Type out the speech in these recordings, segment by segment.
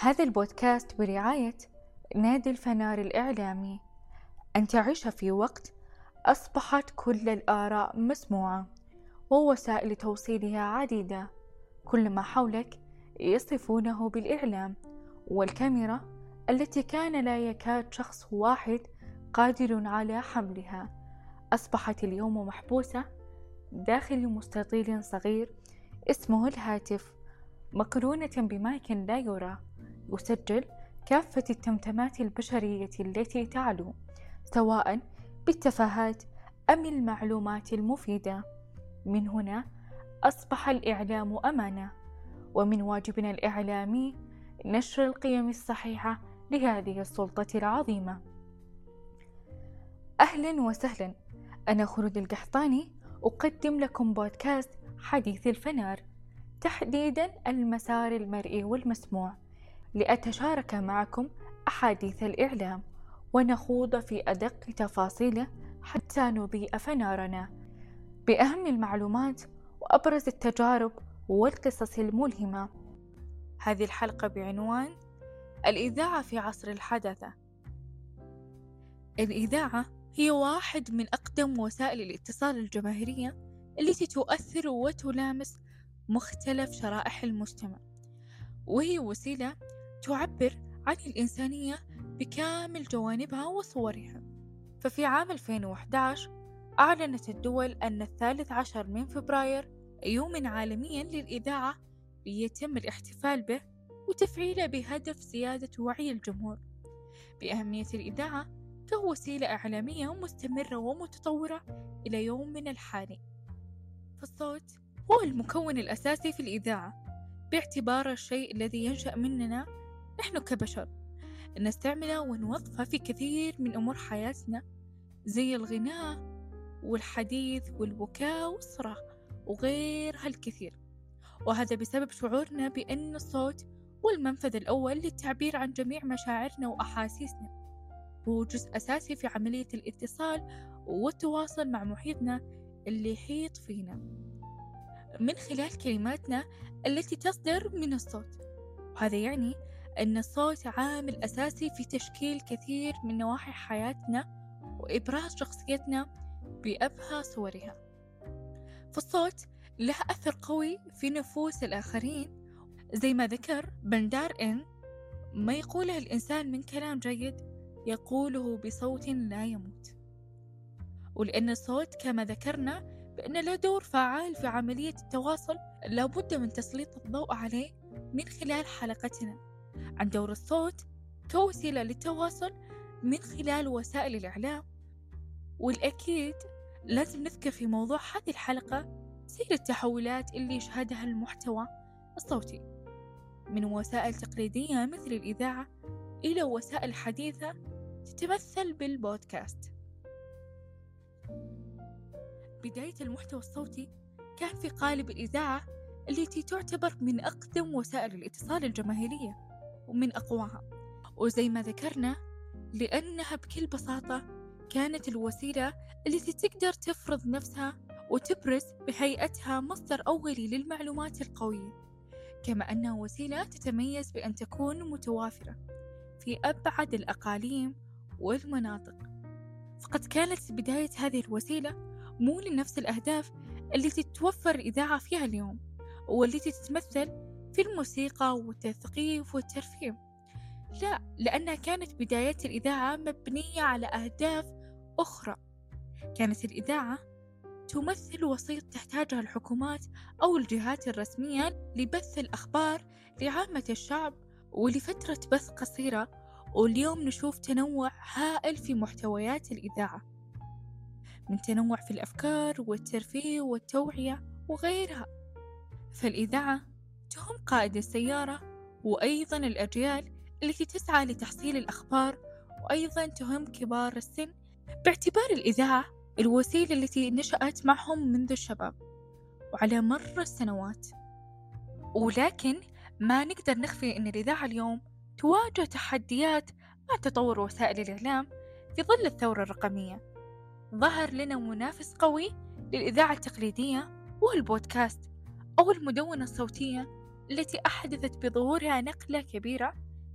هذا البودكاست برعاية نادي الفنار الإعلامي. أن تعيش في وقت أصبحت كل الآراء مسموعة ووسائل توصيلها عديدة، كل ما حولك يصفونه بالإعلام، والكاميرا التي كان لا يكاد شخص واحد قادر على حملها أصبحت اليوم محبوسة داخل مستطيل صغير اسمه الهاتف، مقرونة بمايك لا يرى يسجل كافة التمتمات البشرية التي تعلو، سواء بالتفاهات أم المعلومات المفيدة. من هنا أصبح الإعلام أمانة، ومن واجبنا الإعلامي نشر القيم الصحيحة لهذه السلطة العظيمة. أهلا وسهلا، أنا خلود القحطاني، أقدم لكم بودكاست حديث الفنار، تحديدا المسار المرئي والمسموع، لأتشارك معكم أحاديث الإعلام ونخوض في أدق تفاصيله حتى نضيء فنارنا بأهم المعلومات وأبرز التجارب والقصص الملهمة. هذه الحلقة بعنوان الإذاعة في عصر الحداثة. الإذاعة هي واحد من أقدم وسائل الاتصال الجماهيرية التي تؤثر وتلامس مختلف شرائح المجتمع، وهي وسيلة تعبر عن الإنسانية بكامل جوانبها وصورها. ففي عام 2011 أعلنت الدول أن 13 من فبراير يوما عالميا للإذاعة ليتم الاحتفال به وتفعيله بهدف زيادة وعي الجمهور بأهمية الإذاعة كوسيلة إعلامية مستمرة ومتطورة إلى يومنا الحالي. فالصوت هو المكون الأساسي في الإذاعة، باعتباره الشيء الذي ينشأ مننا نحن كبشر نستعمله ونوظفه في كثير من أمور حياتنا، زي الغناء والحديث والبكاء والصراخ وغيرها الكثير. وهذا بسبب شعورنا بأن الصوت هو المنفذ الأول للتعبير عن جميع مشاعرنا وأحاسيسنا، هو جزء أساسي في عملية الاتصال والتواصل مع محيطنا اللي يحيط فينا من خلال كلماتنا التي تصدر من الصوت. وهذا يعني أن الصوت عامل أساسي في تشكيل كثير من نواحي حياتنا وإبراز شخصيتنا بأبهى صورها. فالصوت له أثر قوي في نفوس الآخرين، زي ما ذكر بندار إن ما يقوله الإنسان من كلام جيد يقوله بصوت لا يموت. ولأن الصوت كما ذكرنا بأن له دور فعال في عملية التواصل، لابد من تسليط الضوء عليه من خلال حلقتنا عن دور الصوت كوسيلة للتواصل من خلال وسائل الإعلام. والأكيد لازم نذكر في موضوع هذه الحلقة سير التحولات اللي يشهدها المحتوى الصوتي من وسائل تقليدية مثل الإذاعة إلى وسائل حديثة تتمثل بالبودكاست. بداية المحتوى الصوتي كان في قالب الإذاعة التي تعتبر من أقدم وسائل الاتصال الجماهيرية ومن أقواها، وزي ما ذكرنا لأنها بكل بساطة كانت الوسيلة التي تقدر تفرض نفسها وتبرز بهيئتها مصدر أولي للمعلومات القوية، كما أنها وسيلة تتميز بأن تكون متوافرة في أبعد الأقاليم والمناطق. فقد كانت بداية هذه الوسيلة مو لنفس الأهداف التي تتوفر الإذاعة فيها اليوم، والتي تتمثل في الموسيقى والتثقيف والترفيه، لا، لأنها كانت بدايات الإذاعة مبنية على أهداف أخرى. كانت الإذاعة تمثل وسيط تحتاجها الحكومات أو الجهات الرسمية لبث الأخبار لعامة الشعب ولفترة بث قصيرة. واليوم نشوف تنوع هائل في محتويات الإذاعة، من تنوع في الأفكار والترفيه والتوعية وغيرها. فالإذاعة تهم قائد السيارة وأيضا الأجيال التي تسعى لتحصيل الأخبار، وأيضا تهم كبار السن باعتبار الإذاعة الوسيلة التي نشأت معهم منذ الشباب وعلى مر السنوات. ولكن ما نقدر نخفي أن الإذاعة اليوم تواجه تحديات مع تطور وسائل الإعلام في ظل الثورة الرقمية. ظهر لنا منافس قوي للإذاعة التقليدية وهو البودكاست أو المدونة الصوتية التي أحدثت بظهورها نقلة كبيرة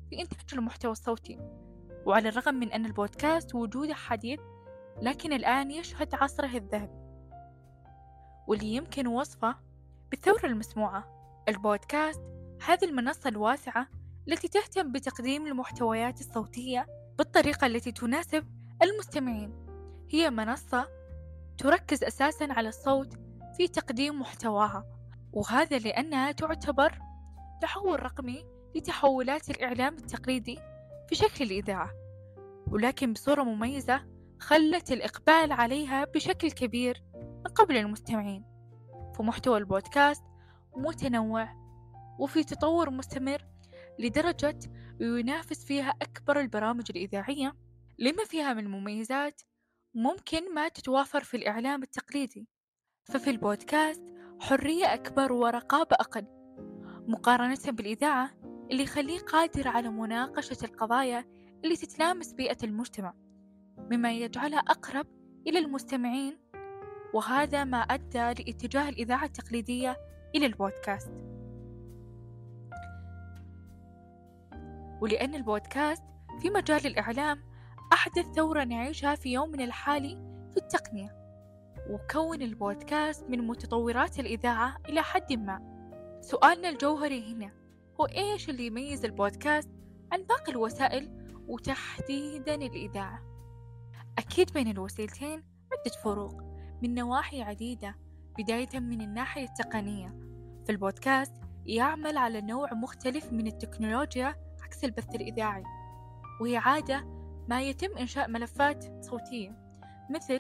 في إنتاج المحتوى الصوتي. وعلى الرغم من أن البودكاست وجوده حديث، لكن الآن يشهد عصره الذهبي واللي يمكن وصفه بالثورة المسموعة. البودكاست هذه المنصة الواسعة التي تهتم بتقديم المحتويات الصوتية بالطريقة التي تناسب المستمعين. هي منصة تركز أساساً على الصوت في تقديم محتواها، وهذا لأنها تعتبر تحول رقمي لتحولات الإعلام التقليدي في شكل الإذاعة، ولكن بصورة مميزة خلت الإقبال عليها بشكل كبير من قبل المستمعين. فمحتوى البودكاست متنوع وفي تطور مستمر لدرجة ينافس فيها أكبر البرامج الإذاعية، لما فيها من مميزات ممكن ما تتوافر في الإعلام التقليدي. ففي البودكاست حرية أكبر ورقابة أقل مقارنة بالإذاعة، اللي يخليه قادر على مناقشة القضايا اللي تتلامس بيئة المجتمع، مما يجعلها أقرب إلى المستمعين. وهذا ما أدى لاتجاه الإذاعة التقليدية إلى البودكاست. ولأن البودكاست في مجال الإعلام أحدث ثورة نعيشها في يومنا الحالي في التقنية، وكون البودكاست من متطورات الإذاعة إلى حد ما. سؤالنا الجوهري هنا هو إيش اللي يميز البودكاست عن باقي الوسائل وتحديداً الإذاعة؟ أكيد بين الوسيلتين عدة فروق من نواحي عديدة، بداية من الناحية التقنية. فالبودكاست يعمل على نوع مختلف من التكنولوجيا عكس البث الإذاعي، وهي عادة ما يتم إنشاء ملفات صوتية مثل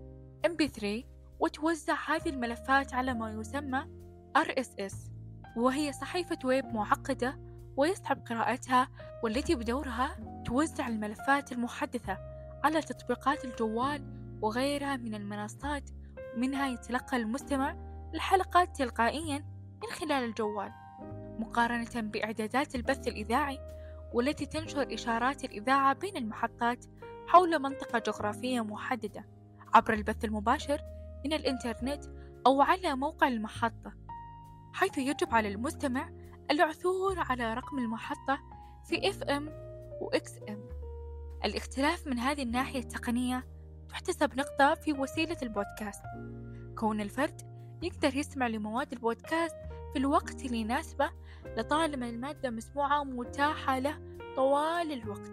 MP3 وتوزع هذه الملفات على ما يسمى RSS، وهي صحيفة ويب معقدة ويصعب قراءتها، والتي بدورها توزع الملفات المحدثة على تطبيقات الجوال وغيرها من المنصات. منها يتلقى المستمع الحلقات تلقائيا من خلال الجوال، مقارنة بإعدادات البث الإذاعي والتي تنشر إشارات الإذاعة بين المحطات حول منطقة جغرافية محددة عبر البث المباشر من الإنترنت أو على موقع المحطة، حيث يجب على المستمع العثور على رقم المحطة في FM و XM. الاختلاف من هذه الناحية التقنية تحتسب نقطة في وسيلة البودكاست، كون الفرد يقدر يسمع لمواد البودكاست في الوقت اللي يناسبه لطالما المادة مسموعة متاحة له طوال الوقت.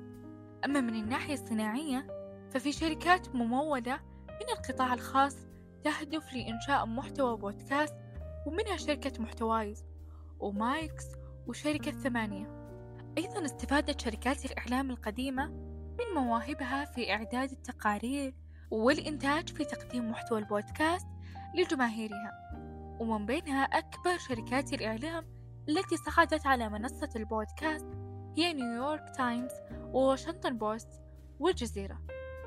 أما من الناحية الصناعية ففي شركات ممولة من القطاع الخاص تهدف لإنشاء محتوى بودكاست، ومنها شركة محتوايز ومايكس وشركة 8. أيضا استفادت شركات الإعلام القديمة من مواهبها في إعداد التقارير والإنتاج في تقديم محتوى البودكاست لجماهيرها، ومن بينها أكبر شركات الإعلام التي صعدت على منصة البودكاست هي نيويورك تايمز وواشنطن بوست والجزيرة.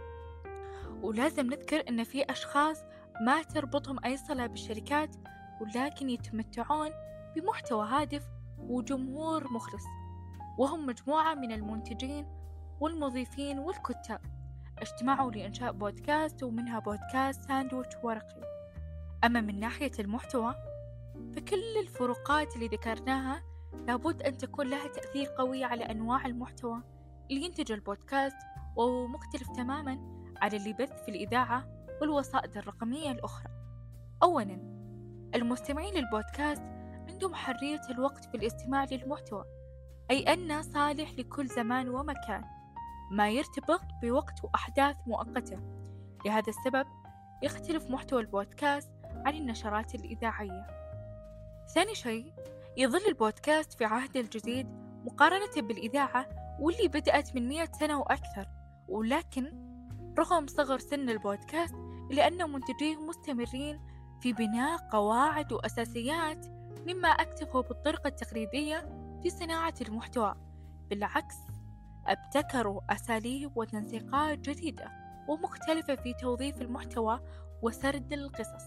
ولازم نذكر أن في أشخاص ما تربطهم أي صلة بالشركات، ولكن يتمتعون بمحتوى هادف وجمهور مخلص، وهم مجموعة من المنتجين والمضيفين والكتاب اجتمعوا لإنشاء بودكاست، ومنها بودكاست ساندويتش ورقي. أما من ناحية المحتوى فكل الفروقات اللي ذكرناها لابد أن تكون لها تأثير قوي على أنواع المحتوى اللي ينتج البودكاست، وهو مختلف تماما على اللي بث في الإذاعة والوسائط الرقمية الأخرى. أولا، المستمعين للبودكاست عندهم حرية الوقت في الاستماع للمحتوى، أي أنه صالح لكل زمان ومكان، ما يرتبط بوقت وأحداث مؤقتة. لهذا السبب يختلف محتوى البودكاست عن النشرات الإذاعية. ثاني شيء، يظل البودكاست في عهده الجديد مقارنة بالإذاعة واللي بدأت من 100 سنة وأكثر، ولكن رغم صغر سن البودكاست إلا أن منتجيه مستمرين في بناء قواعد وأساسيات مما أكتفوا بالطريقة التقليدية في صناعة المحتوى. بالعكس، ابتكروا أساليب وتنسيقات جديدة ومختلفة في توظيف المحتوى وسرد القصص.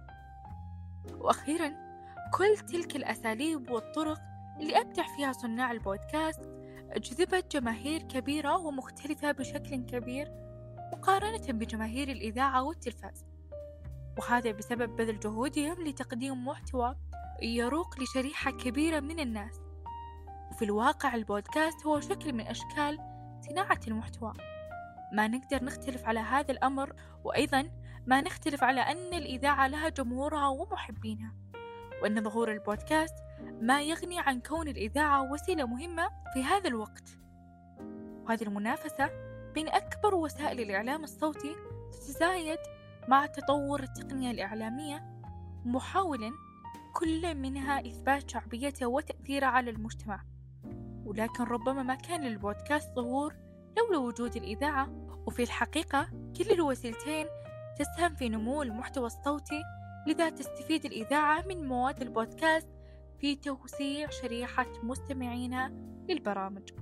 وأخيرا، كل تلك الأساليب والطرق اللي أبدع فيها صناع البودكاست جذبت جماهير كبيرة ومختلفة بشكل كبير مقارنة بجماهير الإذاعة والتلفاز، وهذا بسبب بذل جهودهم لتقديم محتوى يروق لشريحة كبيرة من الناس. وفي الواقع البودكاست هو شكل من أشكال صناعة المحتوى. ما نقدر نختلف على هذا الأمر، وأيضا ما نختلف على أن الإذاعة لها جمهورها ومحبينها، وأن ظهور البودكاست ما يغني عن كون الإذاعة وسيلة مهمة في هذا الوقت. وهذه المنافسة بين أكبر وسائل الإعلام الصوتي تتزايد مع تطور التقنية الإعلامية، محاولا كل منها إثبات شعبيته وتأثيره على المجتمع. ولكن ربما ما كان للبودكاست ظهور لولا وجود الإذاعة. وفي الحقيقة كل الوسيلتين تسهم في نمو المحتوى الصوتي، لذا تستفيد الإذاعة من مواد البودكاست في توسيع شريحة مستمعينا للبرامج.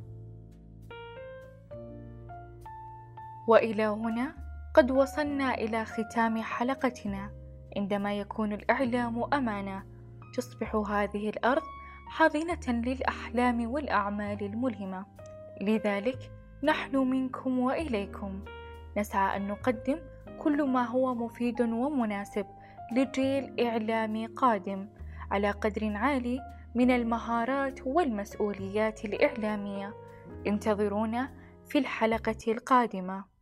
وإلى هنا قد وصلنا إلى ختام حلقتنا. عندما يكون الإعلام أمانة، تصبح هذه الأرض حاضنة للأحلام والأعمال الملهمة. لذلك نحن منكم وإليكم نسعى أن نقدم كل ما هو مفيد ومناسب لجيل إعلامي قادم على قدر عالي من المهارات والمسؤوليات الإعلامية. انتظرونا في الحلقة القادمة.